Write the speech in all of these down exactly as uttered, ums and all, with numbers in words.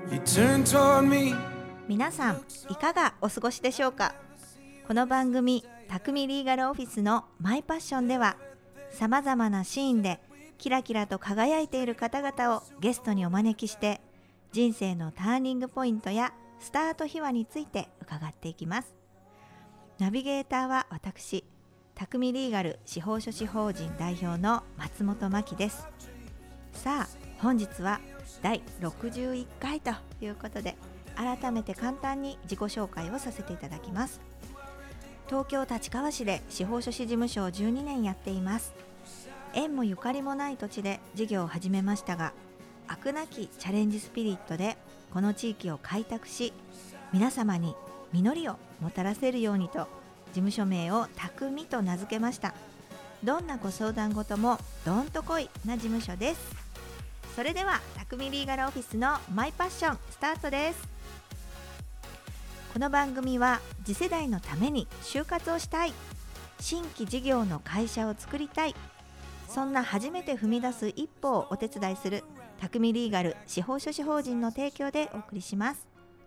皆さんいかがお過ごしでしょうか。この番組匠リーガルオフィスのマイパッションでは、さまざまなシーンでキラキラと輝いている方々をゲストにお招きして、人生のターニングポイントやスタート秘話について伺っていきます。ナビゲーターは私、匠リーガル司法書士法人代表の松本真希です。さあ本日はだいろくじゅういっかいということで、改めて簡単に自己紹介をさせていただきます。東京立川市で司法書士事務所をじゅうにねんやっています。縁もゆかりもない土地で事業を始めましたが、飽くなきチャレンジスピリットでこの地域を開拓し、皆様に実りをもたらせるようにと事務所名を匠と名付けました。どんなご相談事もどんとこいな事務所です。それでは匠リーガルオフィスのマイパッションスタートです。この番組は次世代のために就活をしたい、新規事業の会社を作りたい、そんな初めて踏み出す一歩をお手伝いする匠リーガル司法書士法人の提供でお送りします。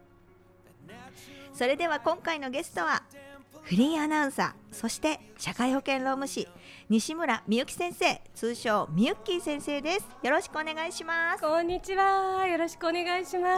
それでは今回のゲストはフリーアナウンサー、そして社会保険労務士、西村みゆき先生、通称みゆっきー先生です。よろしくお願いします。 こんにちは、よろしくお願いします。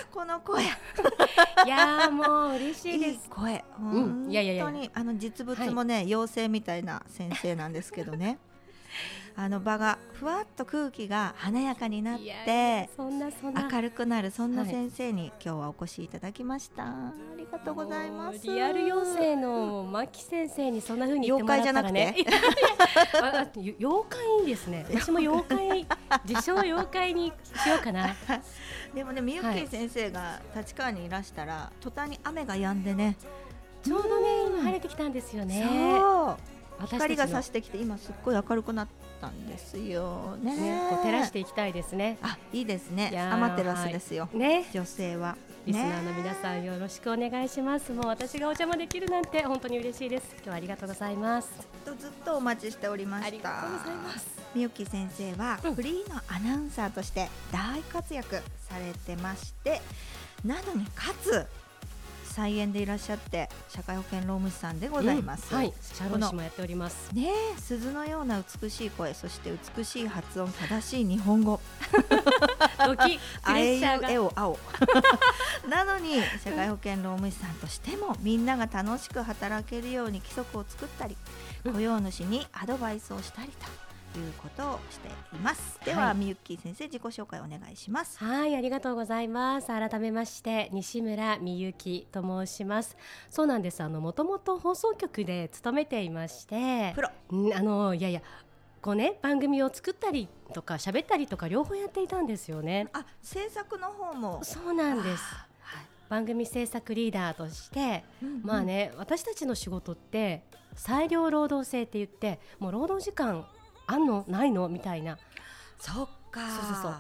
この声いやもう嬉しいです。 いい声、 うん、いやいやいや本当にあの実物もね、はい、妖精みたいな先生なんですけどねあの場がふわっと空気が華やかになっていやいや、そんなそんな明るくなる、そんな先生に今日はお越しいただきました、はい、ありがとうございます。 リアル妖精の牧先生にそんな風に言ってもらったらね、妖怪じゃなくて妖怪いいですね。私も妖怪自称妖怪にしようかなでもね、みゆき先生が立川にいらしたら、はい、途端に雨が止んでね、 ちょうどね今晴れてきたんですよね。 そう光が差してきて今すっごい明るくなったんですよ ね, ねこう照らしていきたいですね。 あ、いいですね。アマテラスですよ、 はいね、 女性は、ね、 リスナーの皆さんよろしくお願いします。もう私がお邪魔できるなんて本当に嬉しいです。今日はありがとうございます。 ずっとずっとお待ちしておりました。 ありがとうございます。 みゆき先生はフリーのアナウンサーとして大活躍されてまして、なのにかつ菜園でいらっしゃって社会保険労務士さんでございます、 うん、はい、社労士もやっておりますね。鈴のような美しい声、そして美しい発音、正しい日本語ドキプレッシャーがあえいうえおあおなのに社会保険労務士さんとしてもみんなが楽しく働けるように規則を作ったり、雇用主にアドバイスをしたりということをしています。では、はい、みゆっきー先生、自己紹介お願いします。 はい、ありがとうございます。改めまして西村みゆきと申します。そうなんです。あのもともと放送局で勤めていまして、プロんあのいやいやこうね、番組を作ったりとか喋ったりとか両方やっていたんですよね。 あ、制作の方も。 そうなんです。番組制作リーダーとして、うんうん、まあね、私たちの仕事って裁量労働制って言って、もう労働時間あんのないのみたいな。 そっか、そうそうそう、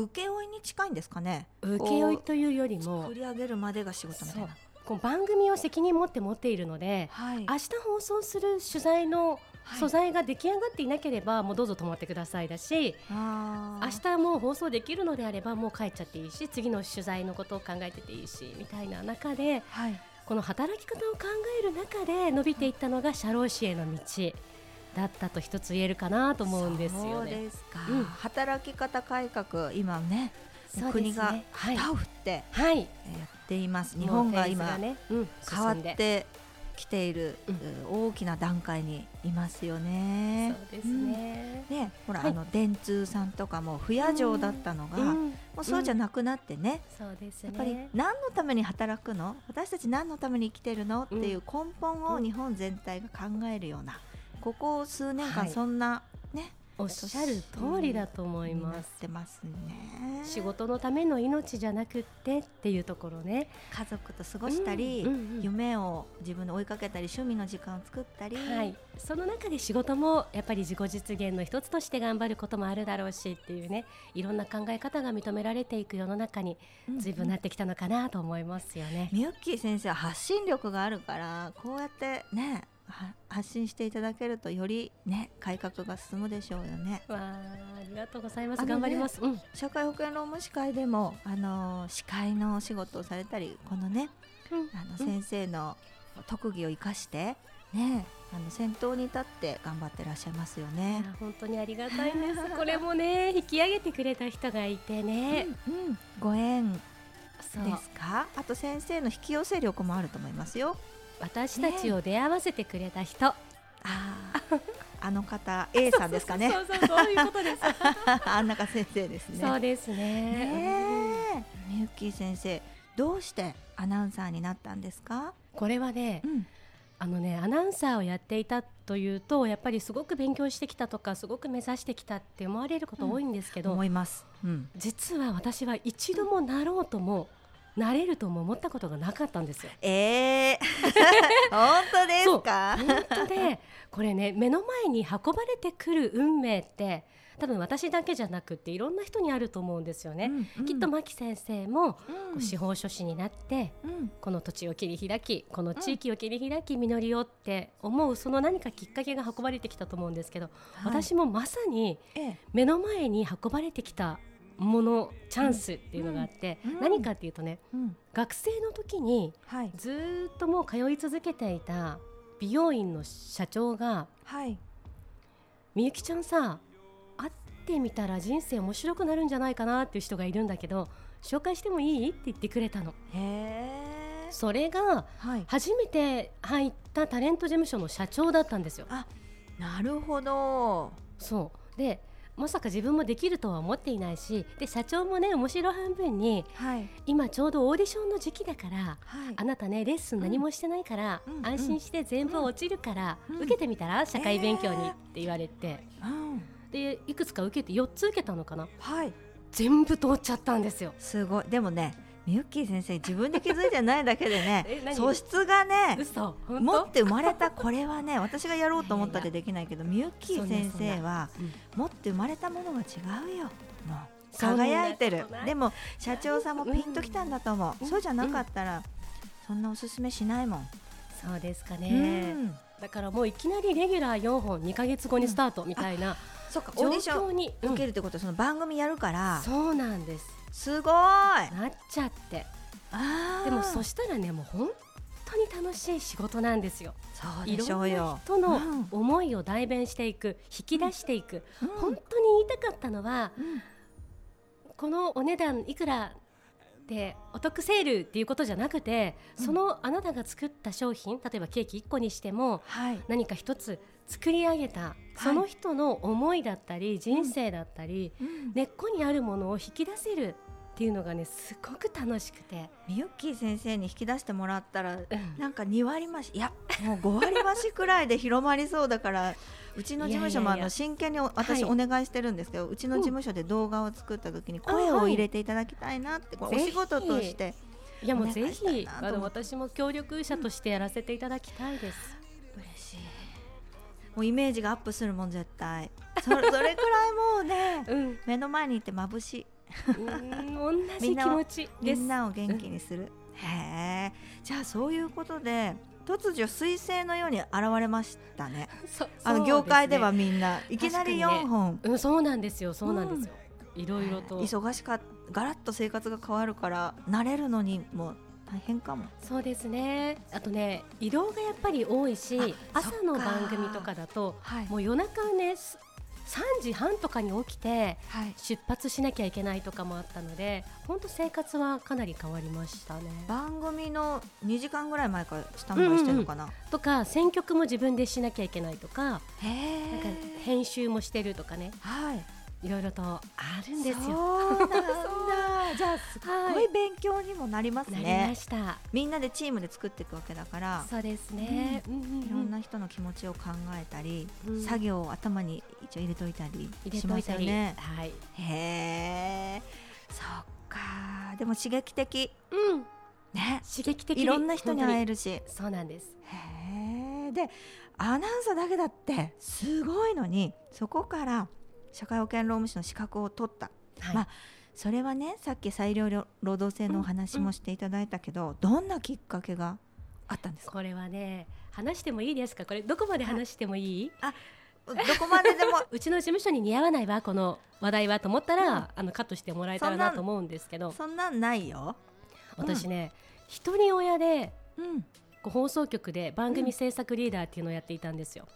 請負に近いんですかね。 請負というよりも作り上げるまでが仕事みたいな。 こう番組を責任持って持っているので、はい、明日放送する取材の素材が出来上がっていなければ、はい、もうどうぞ止まってくださいだし、あ明日もう放送できるのであればもう帰っちゃっていいし、次の取材のことを考えてていいしみたいな中で、はい、この働き方を考える中で伸びていったのが社労士への道だったと一つ言えるかなと思うんですよね。 そうですか、うん、働き方改革、今ね、国が旗を振ってやっています、はいはい、日本が今、ねうん、変わってきている、うん、大きな段階にいますよね。 そうですね、 うん、ね、ほら、はい、あの電通さんとかも不夜城だったのが、うん、もうそうじゃなくなってね、 うん、そうですね、 やっぱり何のために働くの、私たち何のために生きてるのっていう根本を日本全体が考えるような、ここ数年間そんな、はい、ね、 おっしゃる通りだと思います。 なってますね。 仕事のための命じゃなくってっていうところね、 家族と過ごしたり、うんうんうん、夢を自分で追いかけたり、趣味の時間を作ったり、 はい、その中で仕事もやっぱり自己実現の一つとして頑張ることもあるだろうしっていうね、いろんな考え方が認められていく世の中に随分なってきたのかなと思いますよね。 みゆっきー先生は発信力があるから、こうやってね、 発信していただけるとよりね改革が進むでしょうよね。 わあ、ありがとうございます、ね、頑張ります、うん、 社会保険労務士会でもあの司会のお仕事をされたり、このね、うん、あの先生の特技を生かしてね、あの先頭に立って頑張ってらっしゃいますよね。 いや本当にありがたいですこれもね引き上げてくれた人がいてね、 うんうん、ご縁ですか。あと先生の引き寄せ力もあると思いますよ。 私たちを出会わせてくれた人、ね、 あ, あの方 A さんですかね。 そうそうそうそういうことです安中先生ですね。 そうですね。 ねみゆき先生、どうしてアナウンサーになったんですか。 これはね、うん、あのねアナウンサーをやっていたというとやっぱりすごく勉強してきたとかすごく目指してきたって思われること多いんですけど、 うん、思います、うん、 実は私は一度もなろうともなれるとも思ったことがなかったんですよ。 えー、本当ですか。 本当でこれね目の前に運ばれてくる運命って多分私だけじゃなくっていろんな人にあると思うんですよね、うんうん、きっと牧先生も、うん、こう司法書士になって、うん、この土地を切り開きこの地域を切り開き実りをって思うその何かきっかけが運ばれてきたと思うんですけど、はい、私もまさに目の前に運ばれてきたものチャンスっていうのがあって、うんうん、何かっていうとね、うん、学生の時にずっともう通い続けていた美容院の社長が、はい、みゆきちゃんさ会ってみたら人生面白くなるんじゃないかなっていう人がいるんだけど紹介してもいいって言ってくれたの。へー。それが初めて入ったタレント事務所の社長だったんですよ。 あ、なるほど。 そうでまさか自分もできるとは思っていないしで社長もね面白半分に、はい、今ちょうどオーディションの時期だから、はい、あなたねレッスン何もしてないから、うん、安心して全部落ちるから、うん、受けてみたら社会勉強にって言われて、えー、でいくつか受けてよっつ受けたのかな、はい、全部通っちゃったんですよ。 すごい。でもねみゆき先生自分で気づいてないだけでね素質がね持って生まれたこれはね私がやろうと思ったってできないけどみゆき先生は持って生まれたものが違うよ。もう輝いてる。でも社長さんもピンときたんだと思う、うん、そうじゃなかったらそんなおすすめしないもん。 そうですかね、うん、だからもういきなりレギュラーよんほんにかげつごにスタートみたいな、うん、 そうかオーディションに受けるってことはその番組やるから、 そうなんです。 すごいなっちゃって。あでもそしたらねもう本当に楽しい仕事なんですよ。 そうでしょうよ。 いろんな人の思いを代弁していく、引き出していく、うん、本当に言いたかったのは、うん、このお値段いくらでお得セールっていうことじゃなくて、うん、そのあなたが作った商品例えばケーキいっこにしても、はい、何か一つ作り上げたその人の思いだったり、はい、人生だったり、うん、根っこにあるものを引き出せるっていうのがねすごく楽しくて、 みゆき先生に引き出してもらったら、うん、なんかにわり増しいやもうごわり増しくらいで広まりそうだからうちの事務所もあの真剣に私お願いしてるんですけど、はい、うちの事務所で動画を作った時に声を入れていただきたいなって、はい、お仕事としていやもうぜひあの私も協力者としてやらせていただきたいです、 うん、嬉しい。もうイメージがアップするもん絶対 そ, それくらいもうね、うん、目の前にいて眩しいうん同じ気持ちです。 みんなを元気にする、うん、へえ。じゃあそういうことで突如彗星のように現れましたね。あの業界ではみんないきなりよんほん、 ね、うん、そうなんですよそうなんですよ、うん、いろいろと忙しかったガラッと生活が変わるから慣れるのにも大変かも。 そうですね。あとね移動がやっぱり多いし朝の番組とかだと、はい、もう夜中ねさんじはんとかに起きて出発しなきゃいけないとかもあったので、本当生活はかなり変わりましたね。 番組のにじかんぐらい前からスタンバイしてるのかな、うんうん、 とか選曲も自分でしなきゃいけないとか、へなんか編集もしてるとかね、はい、いろいろとあるんですよ。 そうなんだじゃあすっごい勉強にもなりますね。 なりました。みんなでチームで作っていくわけだから。 そうですね、 うんうんうん、いろんな人の気持ちを考えたり、うん、作業を頭に一応入れといたりしますよね。はい、へーそっか。でも刺激的、うんね、 刺激的いろんな人に会えるし。 そうなんです。 へーでアナウンサーだけだってすごいのにそこから社会保険労務士の資格を取った、はい、まあそれはねさっき裁量労働制のお話もしていただいたけど、うんうん、どんなきっかけがあったんですか？ これはね話してもいいですか？これどこまで話してもいい？ あ、どこまででもうちの事務所に似合わないわこの話題はと思ったら、うん、あのカットしてもらえたらなと思うんですけど、 そんなんないよ。 私ね、うん、一人親で、 うん、 放送局で番組制作リーダーっていうのをやっていたんですよ、 うん、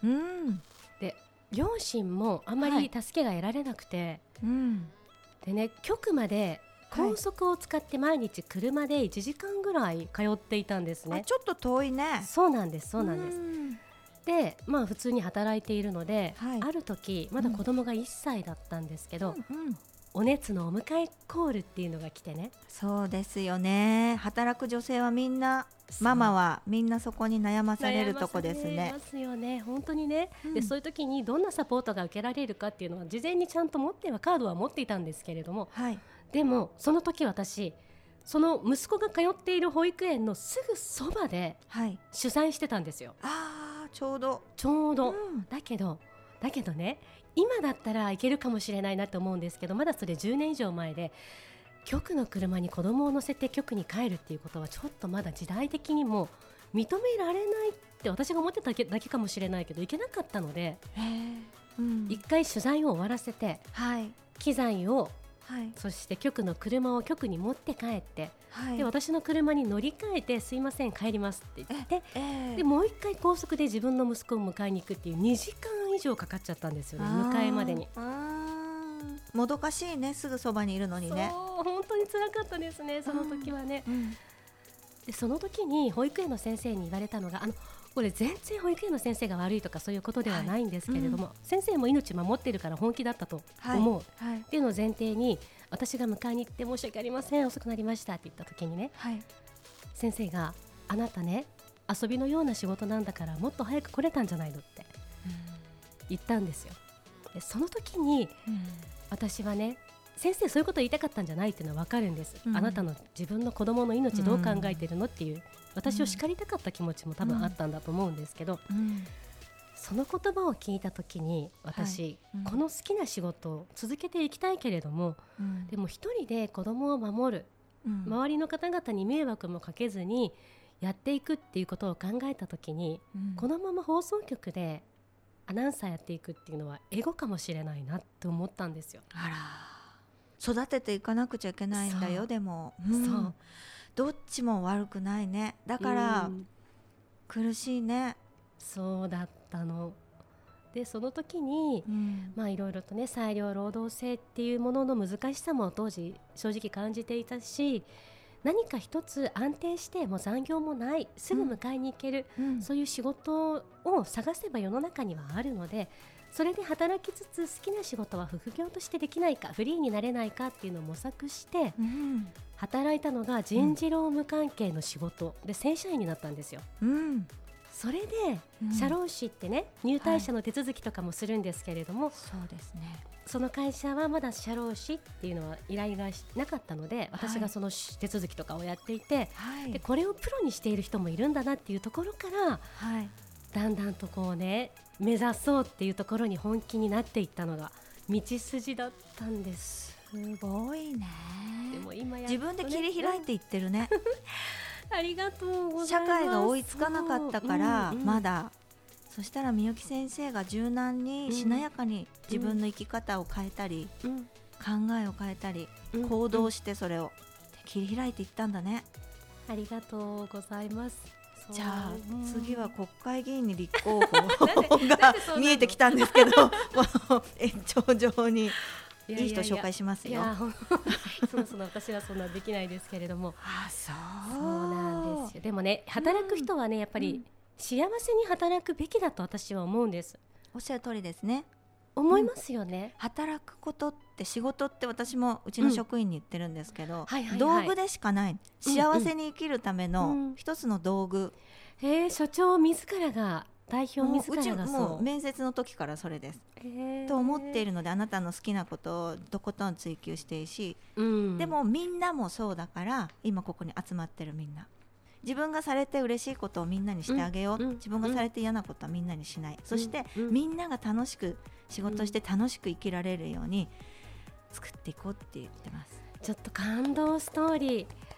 で両親もあんまり助けが得られなくて、はい、 うん、でね局まで高速を使って毎日車でいちじかんぐらい通っていたんですね。 あ、ちょっと遠いね。 そうなんですそうなんです。で、まあ、普通に働いているので、はい、ある時まだ子供がいっさいだったんですけど、うんうんうん、お熱のお迎えコールっていうのが来てね。 そうですよね。働く女性はみんな、ママはみんなそこに悩まされるとこですね。 悩まされますよね本当にね、うん、でそういう時にどんなサポートが受けられるかっていうのは事前にちゃんと持ってはカードは持っていたんですけれども、 はい、 でもその時私その息子が通っている保育園のすぐそばで取材してたんですよ、 はい、あーちょうどちょうど、うん、だけどだけどね今だったらいけるかもしれないなと思うんですけど、まだそれじゅうねん以上前で局の車に子供を乗せて局に帰るっていうことはちょっとまだ時代的にも認められないって私が思ってただけかもしれないけどいけなかったので、うん、一回取材を終わらせて、はい、機材を、はい、そして局の車を局に持って帰って、はい、で私の車に乗り換えてすいません帰りますって言って、ええー、でもう一回高速で自分の息子を迎えに行くっていうにじかん以上かかっちゃったんですよね。迎えまでにもどかしいね、すぐそばにいるのにね。 そう本当に辛かったですねその時はね、うんうん、でその時に保育園の先生に言われたのが、あのこれ全然保育園の先生が悪いとかそういうことではないんですけれども、はい、うん、先生も命守ってるから本気だったと思う、はいはい、っていうのを前提に私が迎えに行って申し訳ありません遅くなりましたって言った時にね、はい、先生があなたね遊びのような仕事なんだからもっと早く来れたんじゃないのって言ったんですよ。でその時に、うん、私はね先生そういうことを言いたかったんじゃないっていうのは分かるんです、うん、あなたの自分の子供の命どう考えてるのっていう、うん、私を叱りたかった気持ちも多分あったんだと思うんですけど、うん、その言葉を聞いた時に私、はい、うん、この好きな仕事を続けていきたいけれども、うん、でも一人で子供を守る、うん、周りの方々に迷惑もかけずにやっていくっていうことを考えた時に、うん、このまま放送局でアナウンサーやっていくっていうのはエゴかもしれないなって思ったんですよ。 あら育てていかなくちゃいけないんだよ。でも、うん、そうどっちも悪くないね。だから、うん、苦しいね。 そうだったのでその時に、うん、まあいろいろとね裁量労働制っていうものの難しさも当時正直感じていたし、何か一つ安定してもう残業もないすぐ迎えに行ける、うん、そういう仕事を探せば世の中にはあるので、それで働きつつ好きな仕事は副業としてできないかフリーになれないかっていうのを模索して、うん、働いたのが人事労務関係の仕事で正社員になったんですよ、うん、それで、うん、社労士ってね入退社の手続きとかもするんですけれども、はい、 そうですね、 その会社はまだ社労士っていうのは依頼がなかったので、私がその手続きとかをやっていて、はい、でこれをプロにしている人もいるんだなっていうところから、はい、だんだんとこうね目指そうっていうところに本気になっていったのが道筋だったんです。 すごいね。 でも今やっとね、 自分で切り開いていってるねありがとうございます。 社会が追いつかなかったから、うんうん、まだそしたらみゆき先生が柔軟にしなやかに自分の生き方を変えたり、うん、考えを変えたり、うん、行動してそれを切り開いていったんだね。 ありがとうございます。 じゃあ、うん、次は国会議員に立候補が見えてきたんですけどこの延長上にいい人紹介しますよ。いやいやいやそもそも私はそんなできないですけれどもあそうそうなんですよ。でもね働く人はね、うん、やっぱり幸せに働くべきだと私は思うんです。 おっしゃる通りですね。 思いますよね、 うん、働くことって仕事って私もうちの職員に言ってるんですけど、うんはいはいはい、道具でしかない、幸せに生きるための一つの道具、 うんうん、へー所長自らが代表自らがそうもう面接の時からそれですと思っているので、あなたの好きなことをとことん追求していいし、うん、でもみんなもそうだから今ここに集まってるみんな自分がされて嬉しいことをみんなにしてあげよう、うん、自分がされて嫌なことはみんなにしない、うん、そして、うん、みんなが楽しく仕事して楽しく生きられるように作っていこうって言ってます。 ちょっと感動ストーリー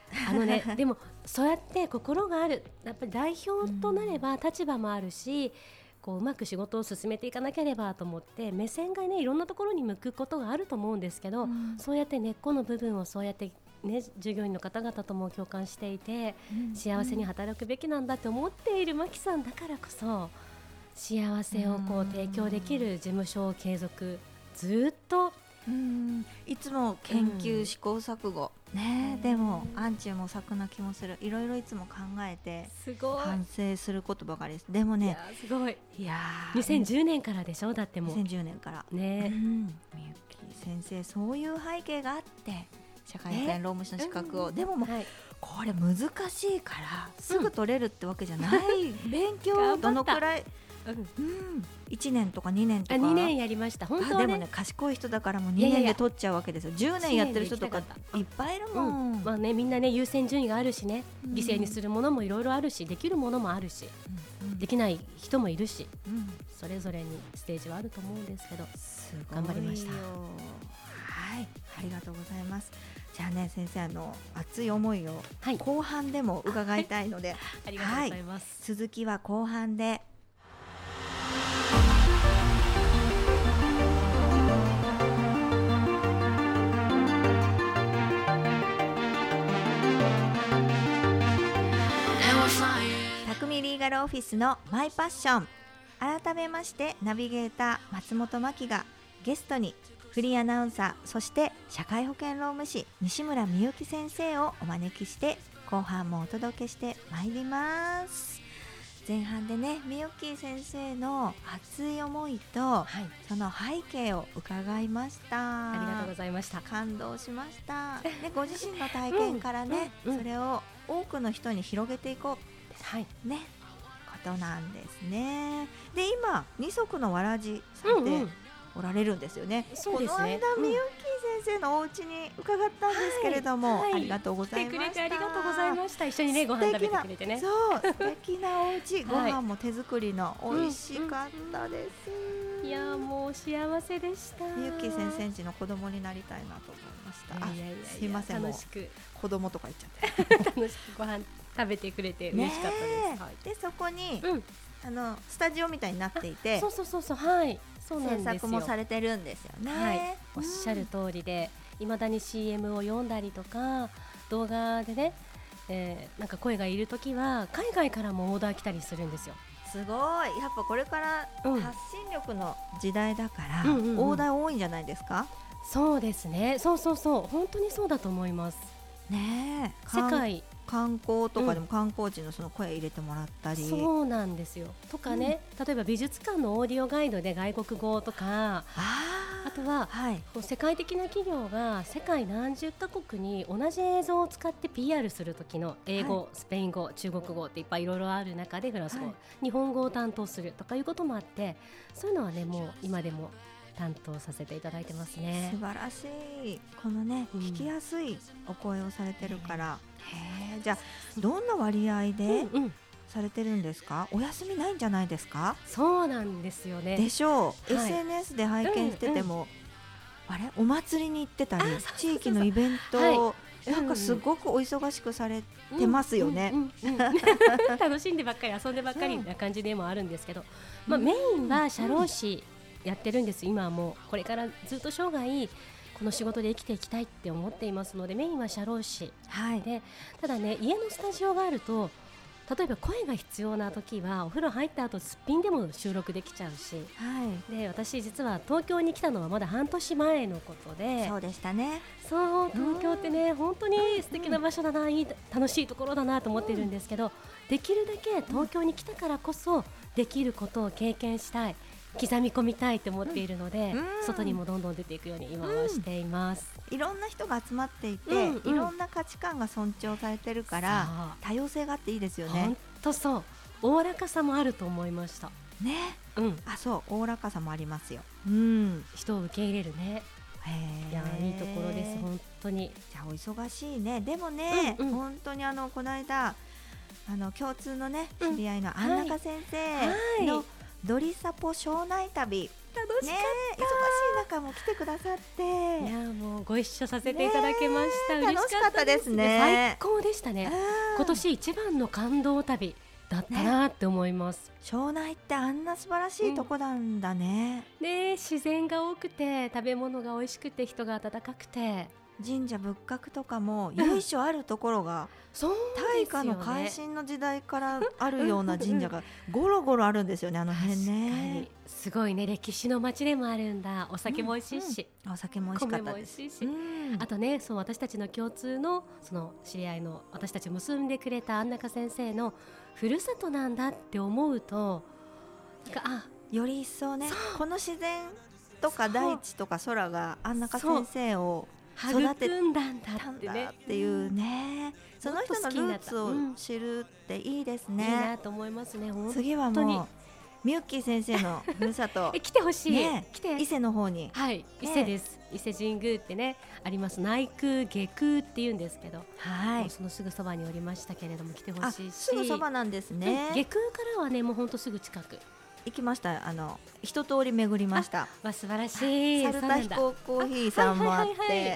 あのねでもそうやって心がある、やっぱり代表となれば立場もあるし、こううまく仕事を進めていかなければと思って目線がねいろんなところに向くことがあると思うんですけど、うん、そうやって根っこの部分をそうやってね、従業員の方々とも共感していて、うん、幸せに働くべきなんだって思っているマキさんだからこそ幸せをこう提供できる事務所を継続ずっとうんいつも研究、うん、試行錯誤、ね、でもアンチも咲くな気もする、いろいろいつも考えてすごい反省することばかりです。でもね、いやすごい、いやにせんじゅうねんからでしょ、だってもうにせんじゅうねんからね、 うん、みゆき先生そういう背景があって社会保険労務士の資格を、うん、でももう、はい、これ難しいからすぐ取れるってわけじゃない、うん、勉強どのくらい、うんうん、いちねんとかにねんとかにねんやりました本当、ね、 でもね賢い人だからもうにねんで取っちゃうわけですよ。じゅうねんやってる人とかいっぱいいるもん、 うんまあね、みんなね優先順位があるしね、うん、犠牲にするものもいろいろあるしできるものもあるし、うんうん、できない人もいるし、うん、それぞれにステージはあると思うんですけどす頑張りました。 はい、ありがとうございます。じゃあね先生、あの熱い思いを後半でも伺いたいので、はい、 ありがとうございます、 はい、続きは後半で。匠リーガルオフィスのマイパッション、改めましてナビゲーター松本真希がゲストにフリーアナウンサー、そして社会保険労務士西村美幸先生をお招きして後半もお届けしてまいります。前半でね美幸先生の熱い思いと、はい、その背景を伺いました。 ありがとうございました。 感動しました、ね、ご自身の体験からね、うんうん、それを多くの人に広げていこう、はいね、ことなんですね。で今二足のわらじさんで、うんうんおられるんですよね。 そうですね。 この間みゆき先生のお家に伺ったんですけれども、はいはい、ありがとうございました。来てくれてありがとうございました。一緒にねご飯食べてくれてね。 そう素敵なお家、ご飯も手作りの美味しかったです、 うんうん、いやもう幸せでした。 みゆき先生家の子供になりたいなと思いました。 いやいやいやすいません、 楽しく子供とか言っちゃって楽しくご飯食べてくれて嬉しかったです、はい、 でそこに、うん、あのスタジオみたいになっていて、 そうそうそうそうはいそうなんですよ。 制作もされてるんですよね、 はい、おっしゃる通りで、いまだに シーエム を読んだりとか動画でね、えー、なんか声がいるときは海外からもオーダー来たりするんですよ。 すごい、やっぱこれから発信力の時代だから、うんうんうんうん、オーダー多いんじゃないですか。 そうですね、そうそうそう本当にそうだと思いますね。 世界観光とかでも観光地のその声入れてもらったり、 うん、そうなんですよとかね、うん、例えば美術館のオーディオガイドで外国語とか あ, あとは、はい、世界的な企業が世界何十カ国に同じ映像を使って ピーアール する時の英語、はい、スペイン語、中国語っていっぱいいろいろある中でフランス語、はい、日本語を担当するとかいうこともあって、そういうのはねもう今でも担当させていただいてますね。 素晴らしい。このね、うん、聞きやすいお声をされてるから、へー、じゃあどんな割合でされてるんですか、うんうん、お休みないんじゃないですか。 そうなんですよね。 でしょう、はい、エスエヌエス で拝見してても、うんうん、あれお祭りに行ってたり地域のイベントを、はい、なんかすごくお忙しくされてますよね。 楽しんでばっかり遊んでばっかりな感じでもあるんですけど、まあ、メインは社労士やってるんです。今はもうこれからずっと生涯この仕事で生きていきたいって思っていますので、メインは社労士、はい、でただね家のスタジオがあると例えば声が必要な時はお風呂入った後すっぴんでも収録できちゃうし、はい、で私実は東京に来たのはまだ半年前のことで。 そうでしたね。 そう東京ってね本当に素敵な場所だな、いい楽しいところだなと思ってるんですけど、できるだけ東京に来たからこそできることを経験したい、刻み込みたいと思っているので、うん、外にもどんどん出ていくように今はしています、 うん、いろんな人が集まっていて、うんうん、いろんな価値観が尊重されてるから多様性があっていいですよね。 本当そうおおらかさもあると思いましたね、うん、あそうおおらかさもありますよ、うん、 人を受け入れるね。へいやいいところです本当に。 じゃあお忙しいね。でもね、うんうん、本当にあのこの間あの共通のね知り合いの安中先生の、はいはいドリサポ庄内旅楽しかった、ね、 忙しい中も来てくださって、 いやもうご一緒させていただきました、ね、 嬉しかったですね。 最高でしたね。今年一番の感動旅だったなって思います、 ね、庄内ってあんな素晴らしいとこなんだね、 うん、ね、自然が多くて食べ物が美味しくて人が温かくて、 神社仏閣とかも由緒あるところが、 うん、 大化の改新の時代からあるような神社がゴロゴロあるんですよね、あの辺ね。 すごいね、歴史の街でもあるんだ。お酒も美味しいし、 うんうん、お酒も美味しかったです。 米も美味しいし、うん、あとね、そう私たちの共通のその知り合いの私たちを結んでくれた安中先生のふるさとなんだって思うと、 あ、より一層ね、この自然とか大地とか空が安中先生を育て育んだんだってねっていうね、うん、その人のルーツを知るっていいですね、 うん、いいなと思いますね。 次はもうみゆっきー先生のふるさとえ来てほしい、 ね、 来て伊勢の方に、 はい、伊勢です、ね、伊勢神宮ってねあります。内宮下宮っていうんですけど、はい、そのすぐそばにおりましたけれども来てほしいし、 すぐそばなんですね、 うん、下宮からはねもうほんとすぐ近く行きました。あの一通り巡りました。 わ素晴らしい。 猿田彦コーヒーさんもあって、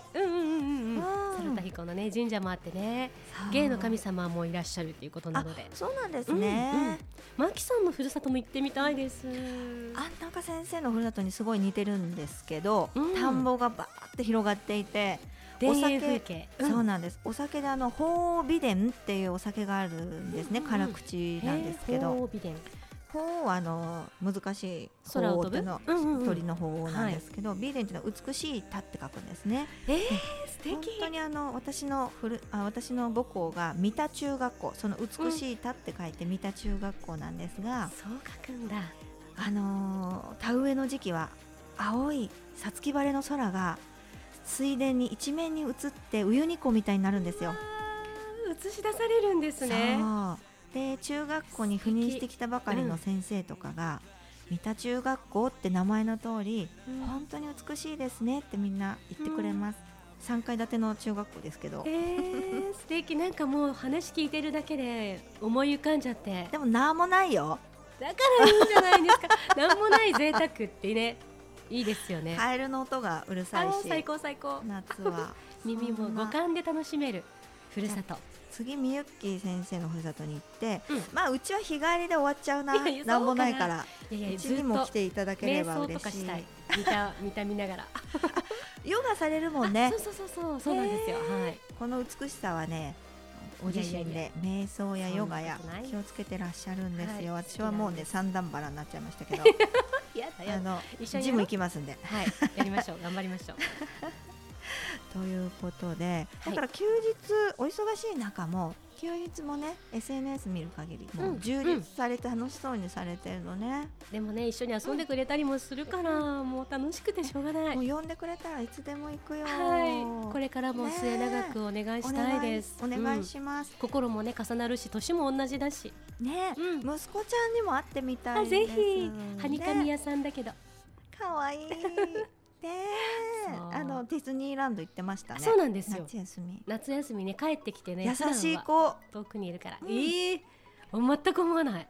うんうんうんうん、猿田彦のね神社もあってね、芸の神様もいらっしゃるということなので。 そうなんですね、 うんうん、マキさんのふるさとも行ってみたいです。 安中先生のふるさとにすごい似てるんですけど、うん、田んぼがバーって広がっていて、 田園風景、 うん、そうなんです。お酒であの宝美伝っていうお酒があるんですね、うんうん、辛口なんですけど、 宝美伝鳳はあの難しい空を飛ぶの、うんうんうん、鳥の鳳なんですけど、はい、美伝というのは美しい田って書くんですね。 えー、素敵。 本当にあの私のふるあ私の母校が三田中学校、その美しい田って書いて三田中学校なんですが、 うん、そう書くんだ。 あのー、田植えの時期は青い五月晴れの空が水田に一面に映ってウユニ湖みたいになるんですよ。 映し出されるんですね。 そうで中学校に赴任してきたばかりの先生とかが、うん、三田中学校って名前の通り、うん、本当に美しいですねってみんな言ってくれます、うん、さんかい建ての中学校ですけど、 えー、素敵。なんかもう話聞いてるだけで思い浮かんじゃって。 でもなんもないよ。 だからいいんじゃないですかなんもない贅沢ってねいいですよね。 カエルの音がうるさいし、 最高最高。 夏は耳も五感で楽しめるふるさと。 次みゆっきー先生のふるさとに行って、うん、まあうちは日帰りで終わっちゃうな、なんもないから、いやいやうちにも来ていただければ嬉しい。瞑想とかしたい。 見た見た見ながらヨガされるもんね。 そうそうそうそうそうなんですよ、はい、 この美しさはねご自身で瞑想やヨガや気をつけてらっしゃるんですよ、はい、私はもうね三段腹になっちゃいましたけどやだやだ、 あのジム行きますんで、 はい、やりましょう頑張りましょうということで、だから休日、お忙しい中も休日もね エスエヌエス 見る限りもう充実されて楽しそうにされてるのね、 うん、でもね一緒に遊んでくれたりもするから、うん、もう楽しくてしょうがない。 もう呼んでくれたらいつでも行くよ、 はい、これからも末永くお願いしたいです、 ね、お願いします、 うん、心もね重なるし年も同じだしね、うん、息子ちゃんにも会ってみたいです。 ぜひはにかみ屋さんだけどかわいいね、あのディズニーランド行ってましたね。 そうなんですよ。 夏休み夏休みね帰ってきてね、 優しい子遠くにいるから、うん、えー、全く思わない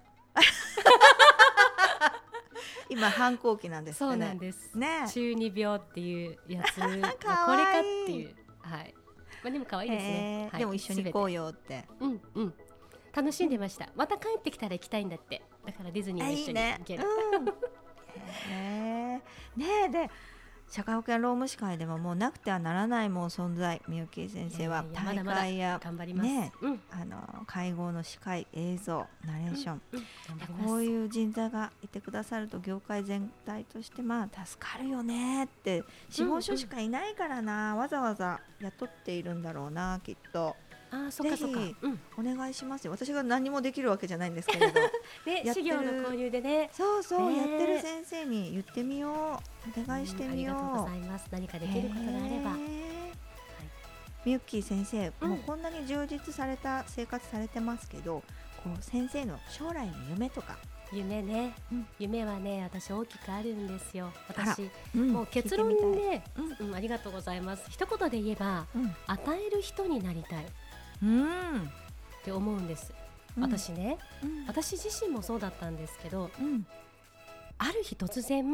今反抗期なんですね。 そうなんです、 ね、 中二病っていうやつこれかっていう、はい、まあ、でも可愛いですね、はい、 でも一緒に行こうよって、 うんうん、楽しんでました。また帰ってきたら行きたいんだって。だからディズニーも一緒に行ける。 ねえで社会保険労務士会でももうなくてはならないもう存在、みゆき先生は大会やね、あの会合の司会、映像、ナレーション、うんうん、こういう人材がいてくださると業界全体としてまあ助かるよねって、司法書しかいないからな、うんうん、わざわざ雇っているんだろうなきっと。 あ、そっかそっか、 うん、お願いしますよ。私が何もできるわけじゃないんですけれどね、資料の購入でね、 そうそう、ね、やってる先生に言ってみよう、お願いしてみよう、 うん、ありがとうございます。何かできることがあれば、はい、 みゆき先生、うん、もうこんなに充実された生活されてますけど、こう先生の将来の夢とか。 夢ね、うん、夢はね私大きくあるんですよ。私、うん、もう結論で、うんうん、ありがとうございます。一言で言えば、うん、与える人になりたいって思うんです、うん、私ね、うん、私自身もそうだったんですけど、うん、ある日突然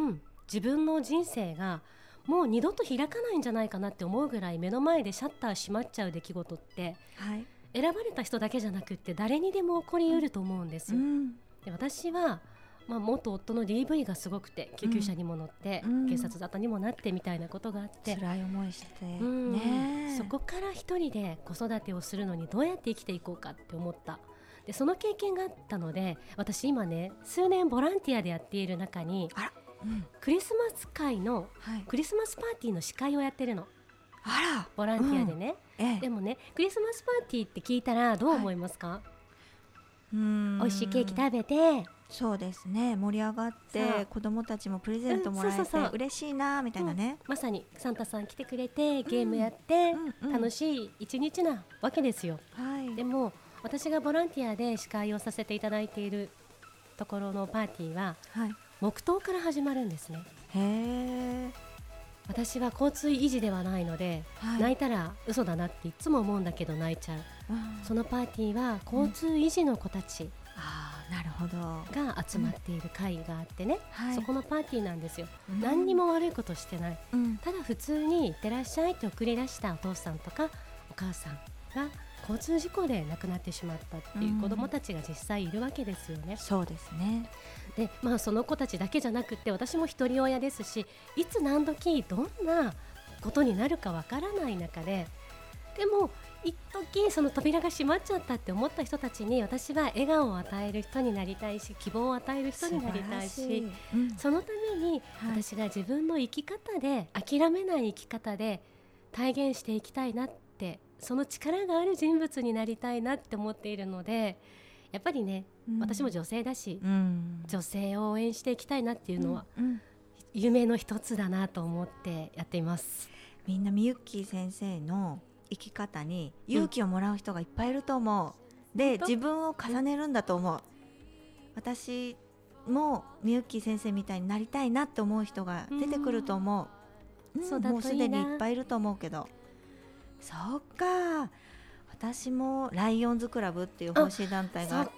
自分の人生がもう二度と開かないんじゃないかなって思うぐらい目の前でシャッター閉まっちゃう出来事って、はい、選ばれた人だけじゃなくって誰にでも起こりうると思うんですよ、うん、で私は、まあ、元夫の ディーブイ がすごくて救急車にも乗って、うん、警察沙汰にもなってみたいなことがあって、 辛い思いして、 うん、ね、そこから一人で子育てをするのにどうやって生きていこうかって思った。でその経験があったので、私今ね数年ボランティアでやっている中に、あら、うん、クリスマス会の、はい、クリスマスパーティーの司会をやってるの。 あら、 ボランティアでね、うん、ええ、でもねクリスマスパーティーって聞いたらどう思いますか？はい、うーん、美味しいケーキ食べて、 そうですね、盛り上がって子供たちもプレゼントもらえて、うん、そうそうそう、嬉しいなみたいなね、 うん、まさにサンタさん来てくれてゲームやって、うん、楽しい一日なわけですよ、はい、でも私がボランティアで司会をさせていただいているところのパーティーは、はい、黙祷から始まるんですね。へー、私は交通維持ではないので、はい、泣いたら嘘だなっていつも思うんだけど泣いちゃう。そのパーティーは交通維持の子たち、うん、 あー、なるほど、 が集まっている会があってね、うん、そこのパーティーなんですよ、うん、何にも悪いことしてない、うん、ただ普通にいってらっしゃいって送り出したお父さんとかお母さんが交通事故で亡くなってしまったっていう子どもたちが実際いるわけですよね、うん、 そうですね。 で、まあ、その子たちだけじゃなくて私も一人親ですし、いつ何時どんなことになるかわからない中で、でも一時その扉が閉まっちゃったって思った人たちに私は笑顔を与える人になりたいし、希望を与える人になりたいし、うん、そのために私が自分の生き方で、はい、諦めない生き方で体現していきたいなって、その力がある人物になりたいなって思っているので、やっぱりね、うん、私も女性だし、うん、女性を応援していきたいなっていうのは、うんうん、夢の一つだなと思ってやっています。 みんなみゆき先生の生き方に勇気をもらう人がいっぱいいると思う、うん、で自分を重ねるんだと思う。私もみゆき先生みたいになりたいなって思う人が出てくると思う、うん、そうだといいな。もうすでにいっぱいいると思うけど、そうか、私もライオンズクラブっていう奉仕団体があって、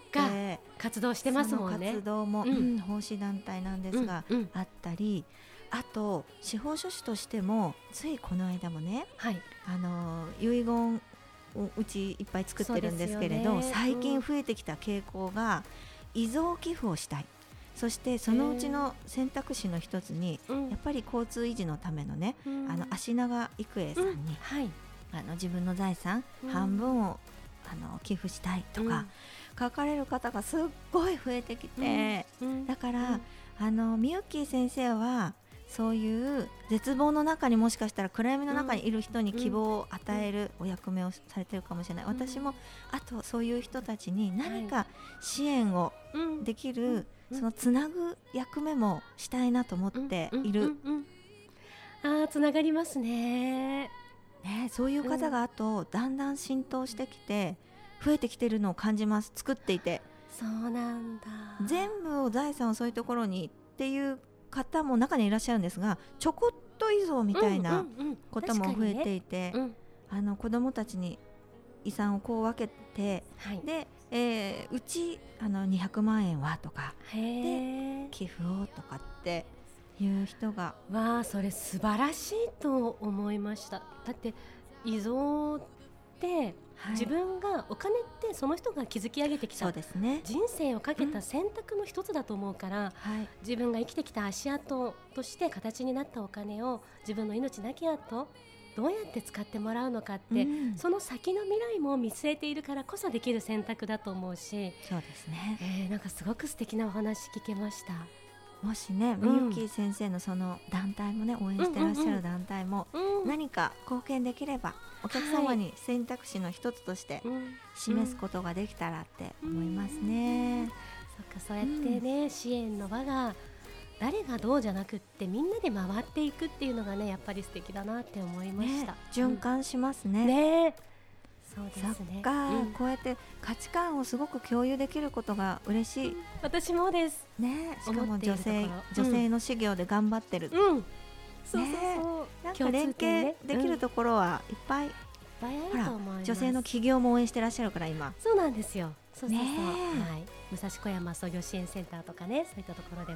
活動してますもんね。 その活動も、うんうん、奉仕団体なんですが、うんうん、あったり、あと司法書士としてもついこの間もね、はい、あの遺言をうちいっぱい作ってるんですけれど、ね、最近増えてきた傾向が、うん、遺贈寄付をしたい、そしてそのうちの選択肢の一つに、やっぱり交通維持のためのね、うん、あの足長育英さんに、うん、はい、あの自分の財産、うん、半分をあの寄付したいとか、うん、書かれる方がすっごい増えてきて、うん、だから、うん、あのみゆき先生はそういう絶望の中に、もしかしたら暗闇の中にいる人に希望を与えるお役目をされているかもしれない、うん、私もあとそういう人たちに何か支援をできる、はい、そのつなぐ役目もしたいなと思っている、うんうんうんうん、あー、つながりますね。 ね、そういう方があと、うん、だんだん浸透してきて増えてきてるのを感じます。作っていて、 そうなんだ、 全部を財産をそういうところにっていう方も中にいらっしゃるんですが、ちょこっと遺贈みたいなことも増えていて、うんうんうん、あの子どもたちに遺産をこう分けて、はい、で、えー、うちあのにひゃくまんえんはとかで寄付をとかっていう人が、 わあ、それ素晴らしいと思いました。だって遺贈って自分がお金ってその人が築き上げてきた、そうですね、人生をかけた選択の一つだと思うから、うん、はい、自分が生きてきた足跡として形になったお金を自分の命なき後どうやって使ってもらうのかって、うん、その先の未来も見据えているからこそできる選択だと思うし、 そうですね、 えー、なんかすごく素敵なお話聞けました。 もしね、みゆき先生のその団体もね、応援してらっしゃる団体も何か貢献できれば、お客様に選択肢の一つとして示すことができたらって思いますね。 そっか、そうやってね、支援の輪が誰がどうじゃなくってみんなで回っていくっていうのがね、やっぱり素敵だなって思いました、 ね、循環しますね、うん、 ね、そうですね、 そっか、うん、こうやって価値観をすごく共有できることが嬉しい、うん、 私もです、 ね、しかも女性、女性の修行で頑張ってる、 うん、そうそうそう、ね、 なんか連携できるところはいっぱい、うん、いっぱいあると思います。 女性の起業も応援してらっしゃるから今。 そうなんですよ。そうそうそう、はい、武蔵小山創業支援センターとかね、そういったところでも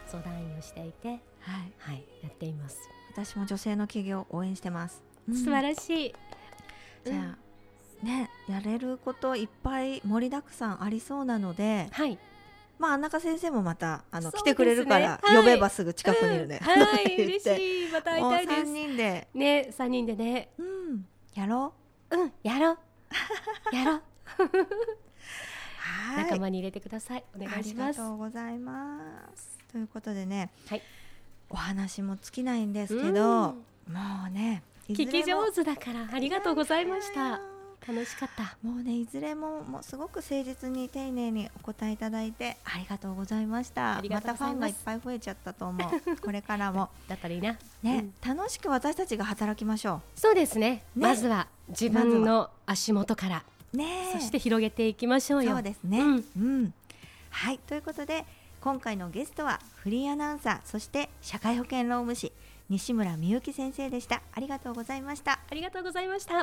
相談員をしていて、はいはい、やっています。 私も女性の起業を応援してます、 うん、素晴らしい。 じゃあ、うん、ね、やれることいっぱい盛りだくさんありそうなので、 はい、 まあ、安中先生もまたあの、ね、来てくれるから、 はい、 呼べばすぐ近くにいるね、 うん、はい嬉しい、また会いたいです。 もうさんにんでね、さんにんでね、 うん、やろううんやろうやろうはい、 仲間に入れてください。お願いします。 ありがとうございます。ということでね、はい、お話も尽きないんですけど、もうね、 聞き上手だからありがとうございました。楽しかった。 もうね、いずれももうすごく誠実に丁寧にお答えいただいてありがとうございました。またファンがいっぱい増えちゃったと思うこれからもだったらいいな、 ね、うん、楽しく私たちが働きましょう。 そうです ね, ねまずは自分の足元から、ね、そして広げていきましょうよ。 そうですね、うんうん、はい、ということで今回のゲストはフリーアナウンサー、そして社会保険労務士西村美幸先生でした。ありがとうございました。 ありがとうございました。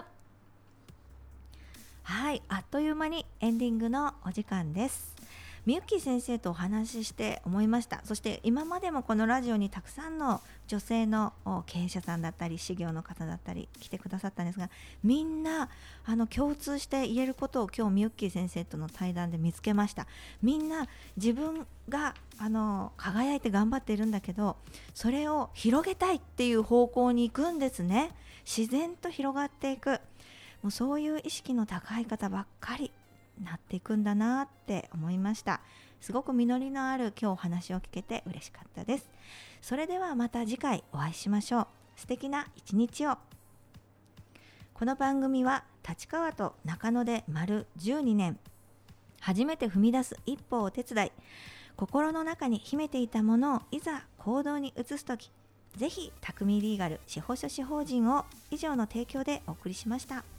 はい、あっという間にエンディングのお時間です。みゆき先生とお話しして思いました。そして今までもこのラジオにたくさんの女性の経営者さんだったり事業の方だったり来てくださったんですが、みんなあの共通して言えることを今日みゆき先生との対談で見つけました。みんな自分があの輝いて頑張っているんだけど、それを広げたいっていう方向に行くんですね。自然と広がっていく、もうそういう意識の高い方ばっかりなっていくんだなって思いました。すごく実りのある今日お話を聞けて嬉しかったです。それではまた次回お会いしましょう。素敵な一日を。この番組は立川と中野で丸じゅうにねん、初めて踏み出す一歩をお手伝い、心の中に秘めていたものをいざ行動に移すとき、ぜひ匠リーガル司法書士法人を以上の提供でお送りしました。